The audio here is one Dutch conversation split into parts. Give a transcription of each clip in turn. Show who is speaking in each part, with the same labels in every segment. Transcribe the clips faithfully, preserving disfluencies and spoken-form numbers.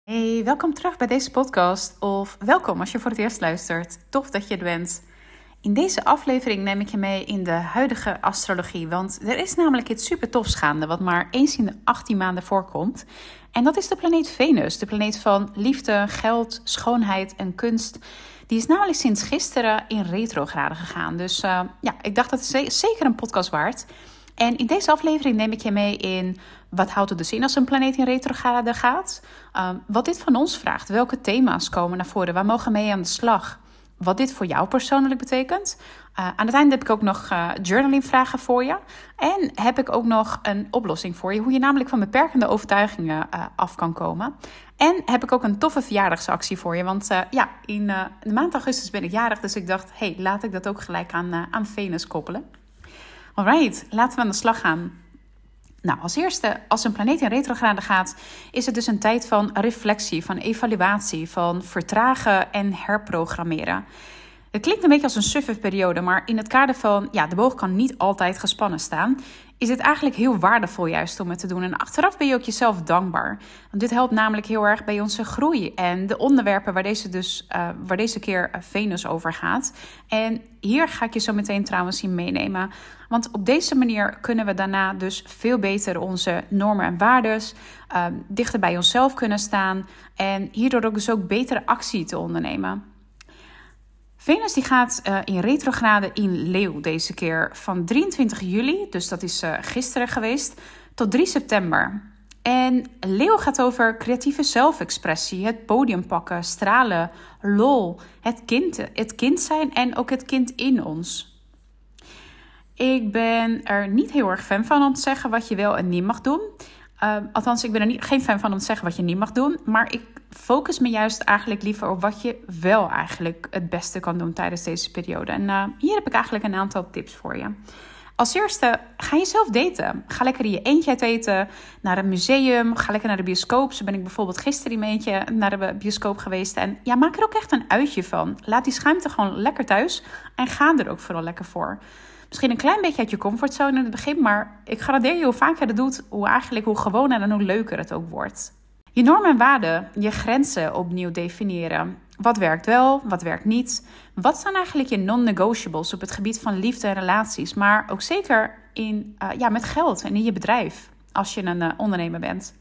Speaker 1: Hey, welkom terug bij deze podcast of welkom als je voor het eerst luistert. Tof dat je er bent. In deze aflevering neem ik je mee in de huidige astrologie, want er is namelijk iets super tofs gaande wat maar eens in de achttien maanden voorkomt. En dat is de planeet Venus, de planeet van liefde, geld, schoonheid en kunst. Die is namelijk sinds gisteren in retrograde gegaan. Dus uh, ja, ik dacht dat is zeker een podcast waard. En in deze aflevering neem ik je mee in wat houdt het dus in als een planeet in retrograde gaat. Uh, wat dit van ons vraagt. Welke thema's komen naar voren? Waar mogen we mee aan de slag? Wat dit voor jou persoonlijk betekent. Uh, aan het einde heb ik ook nog uh, journaling vragen voor je. En heb ik ook nog een oplossing voor je. Hoe je namelijk van beperkende overtuigingen uh, af kan komen. En heb ik ook een toffe verjaardagsactie voor je. Want uh, ja, in uh, de maand augustus ben ik jarig. Dus ik dacht, hey, laat ik dat ook gelijk aan, uh, aan Venus koppelen. Alright, laten we aan de slag gaan. Nou, als eerste, als een planeet in retrograde gaat, is het dus een tijd van reflectie, van evaluatie, van vertragen en herprogrammeren. Het klinkt een beetje als een suffe periode, maar in het kader van, ja, de boog kan niet altijd gespannen staan, is het eigenlijk heel waardevol juist om het te doen. En achteraf ben je ook jezelf dankbaar. Want dit helpt namelijk heel erg bij onze groei en de onderwerpen waar deze, dus, uh, waar deze keer Venus over gaat. En hier ga ik je zo meteen trouwens in meenemen. Want op deze manier kunnen we daarna dus veel beter onze normen en waardes uh, dichter bij onszelf kunnen staan. En hierdoor ook dus ook betere actie te ondernemen. Venus die gaat uh, in retrograde in Leeuw deze keer van drieëntwintig juli, dus dat is uh, gisteren geweest, tot drie september. En Leeuw gaat over creatieve zelfexpressie, het podium pakken, stralen, lol, het kind, het kind zijn en ook het kind in ons. Ik ben er niet heel erg fan van om te zeggen wat je wel en niet mag doen. Uh, althans, ik ben er niet, geen fan van om te zeggen wat je niet mag doen. Maar ik focus me juist eigenlijk liever op wat je wel eigenlijk het beste kan doen tijdens deze periode. En uh, hier heb ik eigenlijk een aantal tips voor je. Als eerste, ga jezelf daten. Ga lekker in je eentje uit eten, naar een museum, ga lekker naar de bioscoop. Zo ben ik bijvoorbeeld gisteren in mijn eentje naar de bioscoop geweest. En ja, maak er ook echt een uitje van. Laat die schuimte gewoon lekker thuis en ga er ook vooral lekker voor. Misschien een klein beetje uit je comfortzone in het begin, maar ik garandeer je hoe vaker je dat doet, hoe eigenlijk hoe gewoner en hoe leuker het ook wordt. Je normen en waarden, je grenzen opnieuw definiëren. Wat werkt wel, wat werkt niet? Wat zijn eigenlijk je non-negotiables op het gebied van liefde en relaties, maar ook zeker in, uh, ja, met geld en in je bedrijf, als je een uh, ondernemer bent.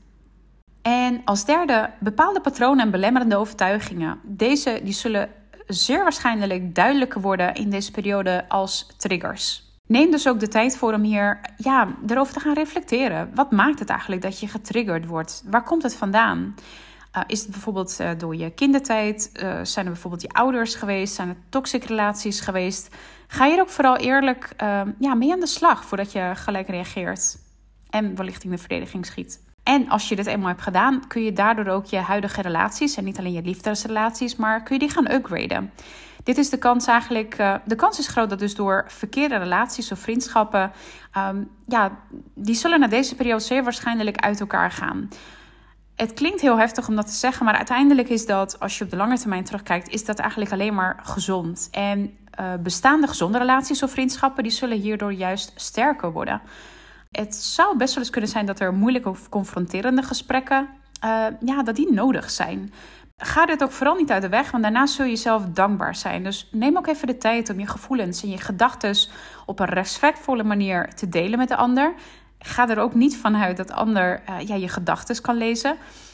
Speaker 1: En als derde, bepaalde patronen en belemmerende overtuigingen. Deze die zullen zeer waarschijnlijk duidelijker worden in deze periode als triggers. Neem dus ook de tijd voor om hier ja, erover te gaan reflecteren. Wat maakt het eigenlijk dat je getriggerd wordt? Waar komt het vandaan? Uh, is het bijvoorbeeld uh, door je kindertijd? Uh, zijn er bijvoorbeeld je ouders geweest? Zijn er toxic relaties geweest? Ga hier ook vooral eerlijk uh, ja, mee aan de slag voordat je gelijk reageert. En wellicht in de verdediging schiet. En als je dit eenmaal hebt gedaan, kun je daardoor ook je huidige relaties, en niet alleen je liefdesrelaties, maar kun je die gaan upgraden. Dit is de kans eigenlijk, uh, de kans is groot dat dus door verkeerde relaties of vriendschappen, um, ja, die zullen na deze periode zeer waarschijnlijk uit elkaar gaan. Het klinkt heel heftig om dat te zeggen, maar uiteindelijk is dat, als je op de lange termijn terugkijkt, is dat eigenlijk alleen maar gezond. En uh, bestaande gezonde relaties of vriendschappen, die zullen hierdoor juist sterker worden. Het zou best wel eens kunnen zijn dat er moeilijke of confronterende gesprekken, uh, ja, dat die nodig zijn. Ga dit ook vooral niet uit de weg, want daarna zul je zelf dankbaar zijn. Dus neem ook even de tijd om je gevoelens en je gedachten op een respectvolle manier te delen met de ander. Ga er ook niet vanuit dat de ander uh, ja, je gedachten kan lezen.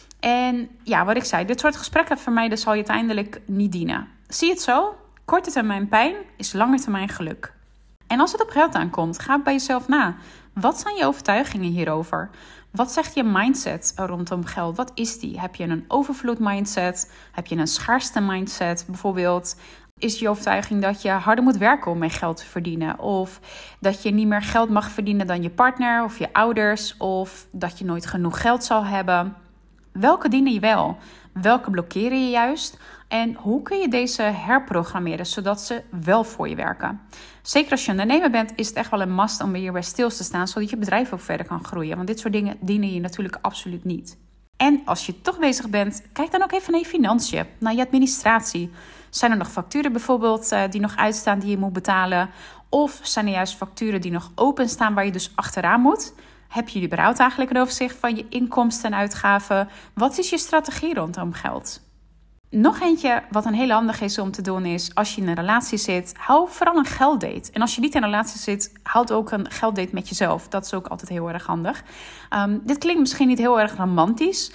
Speaker 1: En ja, wat ik zei, dit soort gesprekken vermijden zal je uiteindelijk niet dienen. Zie het zo, korte termijn pijn is lange termijn geluk. En als het op geld aankomt, ga bij jezelf na. Wat zijn je overtuigingen hierover? Wat zegt je mindset rondom geld? Wat is die? Heb je een overvloed mindset? Heb je een schaarste mindset? Bijvoorbeeld, is je overtuiging dat je harder moet werken om meer geld te verdienen? Of dat je niet meer geld mag verdienen dan je partner of je ouders? Of dat je nooit genoeg geld zal hebben? Welke dienen je wel? Welke blokkeren je juist? En hoe kun je deze herprogrammeren zodat ze wel voor je werken? Zeker als je ondernemer bent, is het echt wel een must om hierbij stil te staan, zodat je bedrijf ook verder kan groeien. Want dit soort dingen dienen je natuurlijk absoluut niet. En als je toch bezig bent, kijk dan ook even naar je financiën, naar je administratie. Zijn er nog facturen bijvoorbeeld uh, die nog uitstaan die je moet betalen? Of zijn er juist facturen die nog openstaan waar je dus achteraan moet? Heb je überhaupt eigenlijk een overzicht van je inkomsten en uitgaven? Wat is je strategie rondom geld? Nog eentje wat een heel handig is om te doen is, als je in een relatie zit, hou vooral een gelddate. En als je niet in een relatie zit, houd ook een gelddate met jezelf. Dat is ook altijd heel erg handig. Um, dit klinkt misschien niet heel erg romantisch,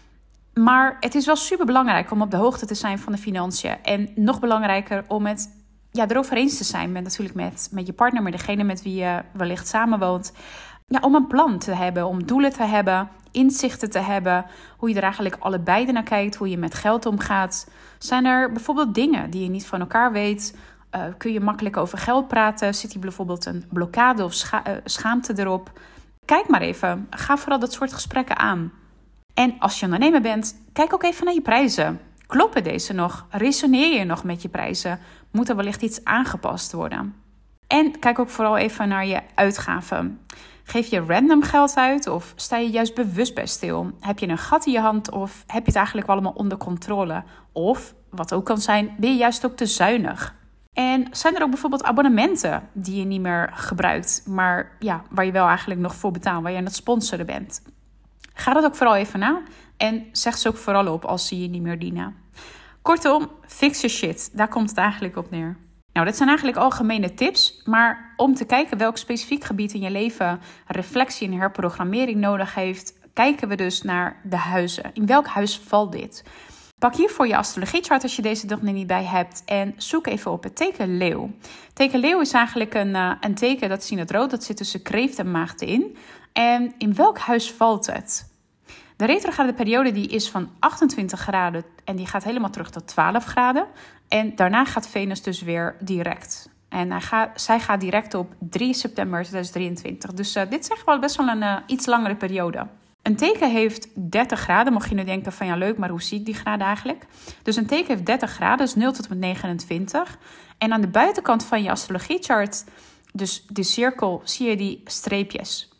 Speaker 1: maar het is wel super belangrijk om op de hoogte te zijn van de financiën. En nog belangrijker om het ja, erover eens te zijn met, natuurlijk met, met je partner, met degene met wie je wellicht samenwoont. Ja, om een plan te hebben, om doelen te hebben, inzichten te hebben, hoe je er eigenlijk allebei naar kijkt, hoe je met geld omgaat. Zijn er bijvoorbeeld dingen die je niet van elkaar weet? Uh, kun je makkelijk over geld praten? Zit hier bijvoorbeeld een blokkade of scha- uh, schaamte erop? Kijk maar even, ga vooral dat soort gesprekken aan. En als je ondernemer bent, kijk ook even naar je prijzen. Kloppen deze nog? Resoneer je nog met je prijzen? Moet er wellicht iets aangepast worden? En kijk ook vooral even naar je uitgaven. Geef je random geld uit of sta je juist bewust bij stil? Heb je een gat in je hand of heb je het eigenlijk allemaal onder controle? Of, wat ook kan zijn, ben je juist ook te zuinig? En zijn er ook bijvoorbeeld abonnementen die je niet meer gebruikt, maar ja, waar je wel eigenlijk nog voor betaalt, waar je aan het sponsoren bent? Ga dat ook vooral even na en zeg ze ook vooral op als ze je niet meer dienen. Kortom, fix your shit. Daar komt het eigenlijk op neer. Nou, dit zijn eigenlijk algemene tips, maar om te kijken welk specifiek gebied in je leven reflectie en herprogrammering nodig heeft, kijken we dus naar de huizen. In welk huis valt dit? Pak hiervoor je astrologiechart als je deze nog niet bij hebt en zoek even op het teken leeuw. Teken leeuw is eigenlijk een, uh, een teken, dat is in het rood, dat zit tussen kreeft en maagd in. En in welk huis valt het? De retrograde periode die is van achtentwintig graden en die gaat helemaal terug tot twaalf graden. En daarna gaat Venus dus weer direct. En hij gaat, zij gaat direct op drie september tweeduizend drieëntwintig. Dus uh, dit is echt wel best wel een uh, iets langere periode. Een teken heeft dertig graden. Mocht je nu denken van ja leuk, maar hoe zie ik die graden eigenlijk? Dus een teken heeft dertig graden, dus nul tot en met negenentwintig. En aan de buitenkant van je astrologiechart, dus de cirkel, zie je die streepjes.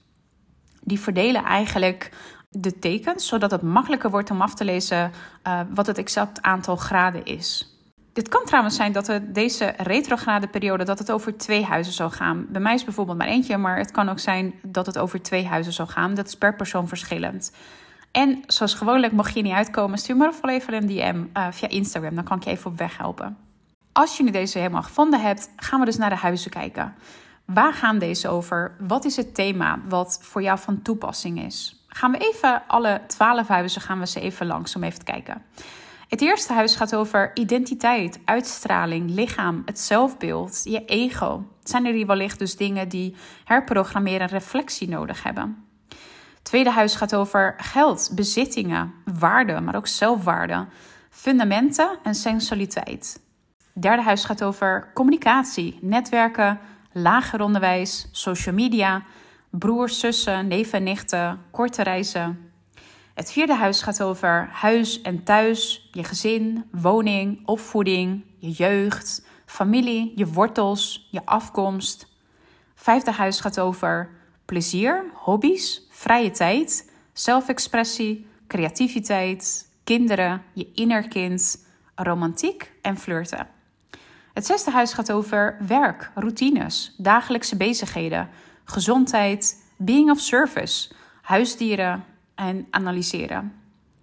Speaker 1: Die verdelen eigenlijk de tekens, zodat het makkelijker wordt om af te lezen uh, wat het exact aantal graden is. Dit kan trouwens zijn dat het deze retrograde periode dat het over twee huizen zal gaan. Bij mij is bijvoorbeeld maar eentje, maar het kan ook zijn dat het over twee huizen zal gaan. Dat is per persoon verschillend. En zoals gewoonlijk, mocht je niet uitkomen, stuur me vooral even een D M uh, via Instagram. Dan kan ik je even op weg helpen. Als je nu deze helemaal gevonden hebt, gaan we dus naar de huizen kijken. Waar gaan deze over? Wat is het thema wat voor jou van toepassing is? Gaan we even alle twaalf huizen gaan we ze even langs om even te kijken. Het eerste huis gaat over identiteit, uitstraling, lichaam, het zelfbeeld, je ego. Zijn er hier wellicht dus dingen die herprogrammeren en reflectie nodig hebben? Het tweede huis gaat over geld, bezittingen, waarde, maar ook zelfwaarde, fundamenten en sensualiteit. Het derde huis gaat over communicatie, netwerken, lager onderwijs, social media, broers, zussen, neven en nichten, korte reizen. Het vierde huis gaat over huis en thuis, je gezin, woning, opvoeding, je jeugd, familie, je wortels, je afkomst. Vijfde huis gaat over plezier, hobby's, vrije tijd, zelfexpressie, creativiteit, kinderen, je innerkind, romantiek en flirten. Het zesde huis gaat over werk, routines, dagelijkse bezigheden, gezondheid, being of service, huisdieren en analyseren.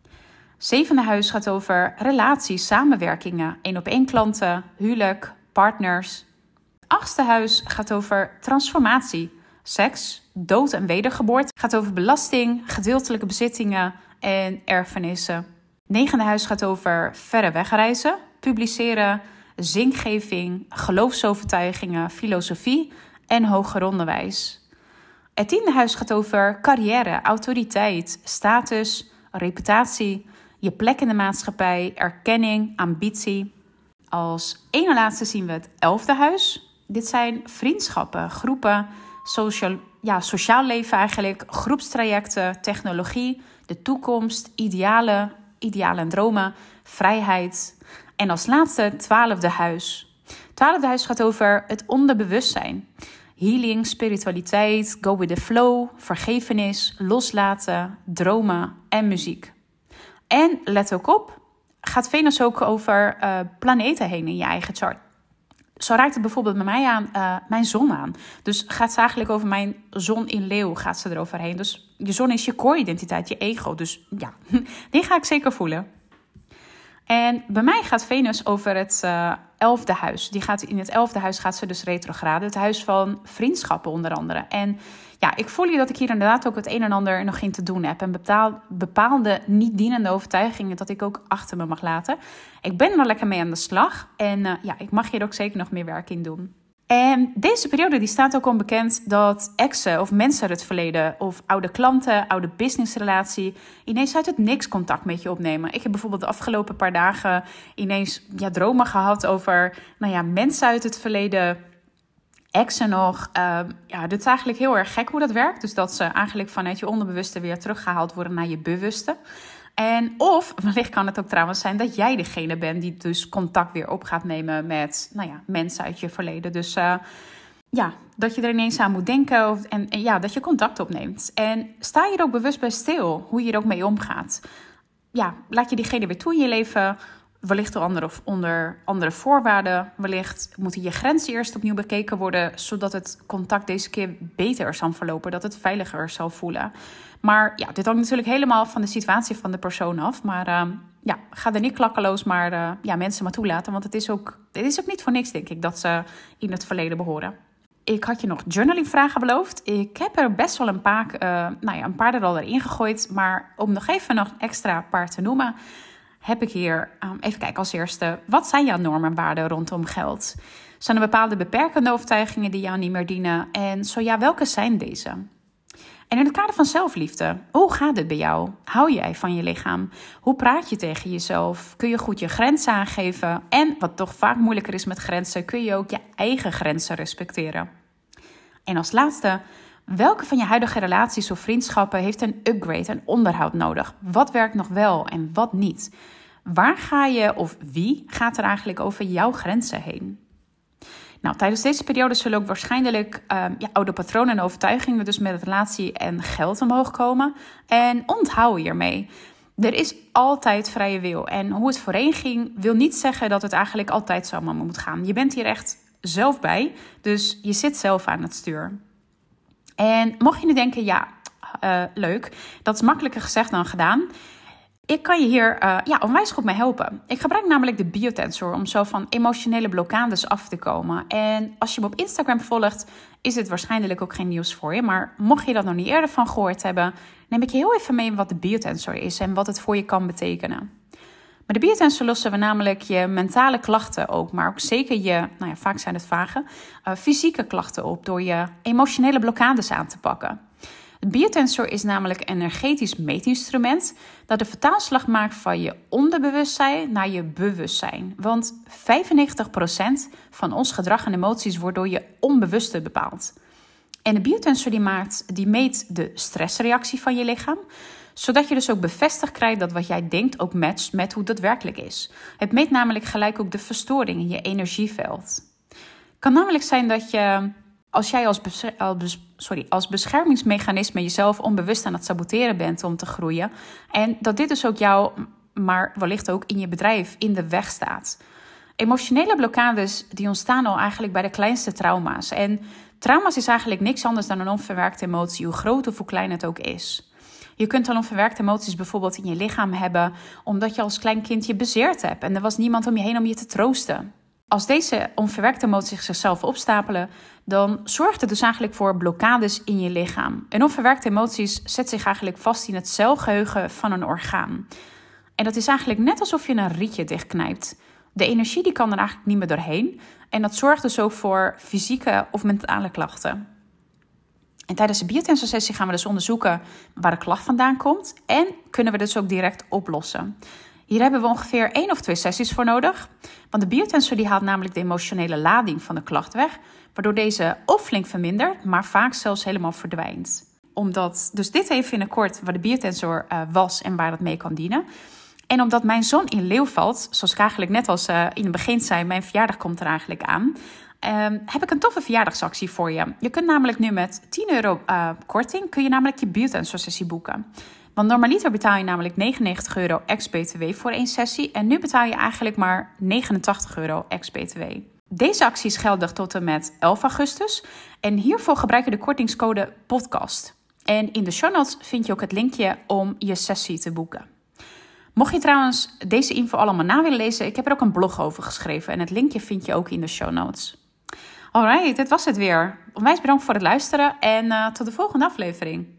Speaker 1: Zevende huis gaat over relaties, samenwerkingen, één-op-één klanten, huwelijk, partners. Achtste huis gaat over transformatie, seks, dood en wedergeboorte. Gaat over belasting, gedeeltelijke bezittingen en erfenissen. Negende huis gaat over verre wegreizen, publiceren, zingeving, geloofsovertuigingen, filosofie en hoger onderwijs. Het tiende huis gaat over carrière, autoriteit, status, reputatie, je plek in de maatschappij, erkenning, ambitie. Als ene laatste zien we het elfde huis. Dit zijn vriendschappen, groepen, social, ja, sociaal leven eigenlijk, groepstrajecten, technologie, de toekomst, idealen, idealen en dromen, vrijheid. En als laatste het twaalfde huis. Het twaalfde huis gaat over het onderbewustzijn. Healing, spiritualiteit, go with the flow, vergevenis, loslaten, dromen en muziek. En let ook op, gaat Venus ook over uh, planeten heen in je eigen chart. Zo raakt het bijvoorbeeld bij mij aan uh, mijn zon aan. Dus gaat ze eigenlijk over mijn zon in leeuw, gaat ze eroverheen. Dus je zon is je core-identiteit, je ego. Dus ja, die ga ik zeker voelen. En bij mij gaat Venus over het uh, elfde huis. Die gaat, in het elfde huis gaat ze dus retrograde. Het huis van vriendschappen onder andere. En ja, ik voel hier dat ik hier inderdaad ook het een en ander nog in te doen heb. En bepaal, bepaalde niet dienende overtuigingen dat ik ook achter me mag laten. Ik ben er lekker mee aan de slag. En uh, ja, ik mag hier ook zeker nog meer werk in doen. En deze periode die staat ook onbekend dat exen of mensen uit het verleden of oude klanten, oude businessrelatie ineens uit het niks contact met je opnemen. Ik heb bijvoorbeeld de afgelopen paar dagen ineens ja, dromen gehad over nou ja, mensen uit het verleden, exen nog. Uh, ja, dit is eigenlijk heel erg gek hoe dat werkt. Dus dat ze eigenlijk vanuit je onderbewuste weer teruggehaald worden naar je bewuste. En of, wellicht kan het ook trouwens zijn dat jij degene bent die dus contact weer op gaat nemen met nou ja, mensen uit je verleden. Dus uh, ja, dat je er ineens aan moet denken of, en, en ja, dat je contact opneemt. En sta je er ook bewust bij stil hoe je er ook mee omgaat. Ja, laat je diegene weer toe in je leven, wellicht door andere, onder andere voorwaarden. Wellicht moeten je grenzen eerst opnieuw bekeken worden, zodat het contact deze keer beter zal verlopen, dat het veiliger zal voelen. Maar ja, dit hangt natuurlijk helemaal van de situatie van de persoon af. Maar uh, ja, ga er niet klakkeloos maar uh, ja, mensen maar toelaten. Want het is, ook, het is ook niet voor niks, denk ik, dat ze in het verleden behoren. Ik had je nog journaling-vragen beloofd. Ik heb er best wel een paar, uh, nou ja, een paar er al erin gegooid. Maar om nog even nog extra paar te noemen, heb ik hier, um, even kijken als eerste. Wat zijn jouw normen en waarden rondom geld? Zijn er bepaalde beperkende overtuigingen die jou niet meer dienen? En zo ja, welke zijn deze? En in het kader van zelfliefde, hoe gaat het bij jou? Hou jij van je lichaam? Hoe praat je tegen jezelf? Kun je goed je grenzen aangeven? En wat toch vaak moeilijker is met grenzen, kun je ook je eigen grenzen respecteren? En als laatste, welke van je huidige relaties of vriendschappen heeft een upgrade en onderhoud nodig? Wat werkt nog wel en wat niet? Waar ga je of wie gaat er eigenlijk over jouw grenzen heen? Nou, tijdens deze periode zullen ook waarschijnlijk uh, ja, oude patronen en overtuigingen dus met relatie en geld omhoog komen. En onthoud hiermee, er is altijd vrije wil. En hoe het voorheen ging, wil niet zeggen dat het eigenlijk altijd zo moet gaan. Je bent hier echt zelf bij, dus je zit zelf aan het stuur. En mocht je nu denken, ja, uh, leuk, dat is makkelijker gezegd dan gedaan. Ik kan je hier uh, ja, onwijs goed mee helpen. Ik gebruik namelijk de Biotensor om zo van emotionele blokkades af te komen. En als je me op Instagram volgt, is dit waarschijnlijk ook geen nieuws voor je. Maar mocht je dat nog niet eerder van gehoord hebben, neem ik je heel even mee wat de Biotensor is en wat het voor je kan betekenen. Met de Biotensor lossen we namelijk je mentale klachten ook, maar ook zeker je, nou ja, vaak zijn het vage, uh, fysieke klachten op door je emotionele blokkades aan te pakken. Het Biotensor is namelijk een energetisch meetinstrument dat de vertaalslag maakt van je onderbewustzijn naar je bewustzijn. Want vijfennegentig procent van ons gedrag en emoties wordt door je onbewuste bepaald. En de Biotensor die maakt, die meet de stressreactie van je lichaam, zodat je dus ook bevestigd krijgt dat wat jij denkt ook matcht met hoe dat werkelijk is. Het meet namelijk gelijk ook de verstoring in je energieveld. Het kan namelijk zijn dat je, als jij als, bes- als, sorry, als beschermingsmechanisme jezelf onbewust aan het saboteren bent om te groeien, en dat dit dus ook jou, maar wellicht ook in je bedrijf, in de weg staat. Emotionele blokkades die ontstaan al eigenlijk bij de kleinste trauma's. En trauma's is eigenlijk niks anders dan een onverwerkte emotie, hoe groot of hoe klein het ook is. Je kunt al onverwerkte emoties bijvoorbeeld in je lichaam hebben, omdat je als klein kind je bezeerd hebt en er was niemand om je heen om je te troosten. Als deze onverwerkte emoties zichzelf opstapelen, dan zorgt het dus eigenlijk voor blokkades in je lichaam. En onverwerkte emoties zetten zich eigenlijk vast in het celgeheugen van een orgaan. En dat is eigenlijk net alsof je een rietje dichtknijpt. De energie die kan er eigenlijk niet meer doorheen. En dat zorgt dus ook voor fysieke of mentale klachten. En tijdens de Biotensor-sessie gaan we dus onderzoeken waar de klacht vandaan komt. En kunnen we dus ook direct oplossen. Hier hebben we ongeveer één of twee sessies voor nodig. Want de Biotensor die haalt namelijk de emotionele lading van de klacht weg, waardoor deze of flink vermindert, maar vaak zelfs helemaal verdwijnt. Omdat, dus dit even in het kort waar de Biotensor uh, was en waar het mee kan dienen. En omdat mijn zon in leeuw valt, zoals ik eigenlijk net als uh, in het begin zei, mijn verjaardag komt er eigenlijk aan, Um, heb ik een toffe verjaardagsactie voor je. Je kunt namelijk nu met tien euro uh, korting, kun je namelijk je Biotensor sessie boeken. Want normaliter betaal je namelijk negenennegentig euro ex-B T W voor één sessie. En nu betaal je eigenlijk maar negenentachtig euro ex-B T W. Deze actie is geldig tot en met elf augustus. En hiervoor gebruik je de kortingscode podcast. En in de show notes vind je ook het linkje om je sessie te boeken. Mocht je trouwens deze info allemaal na willen lezen, ik heb er ook een blog over geschreven. En het linkje vind je ook in de show notes. Alright, dit was het weer. Onwijs bedankt voor het luisteren en uh, tot de volgende aflevering.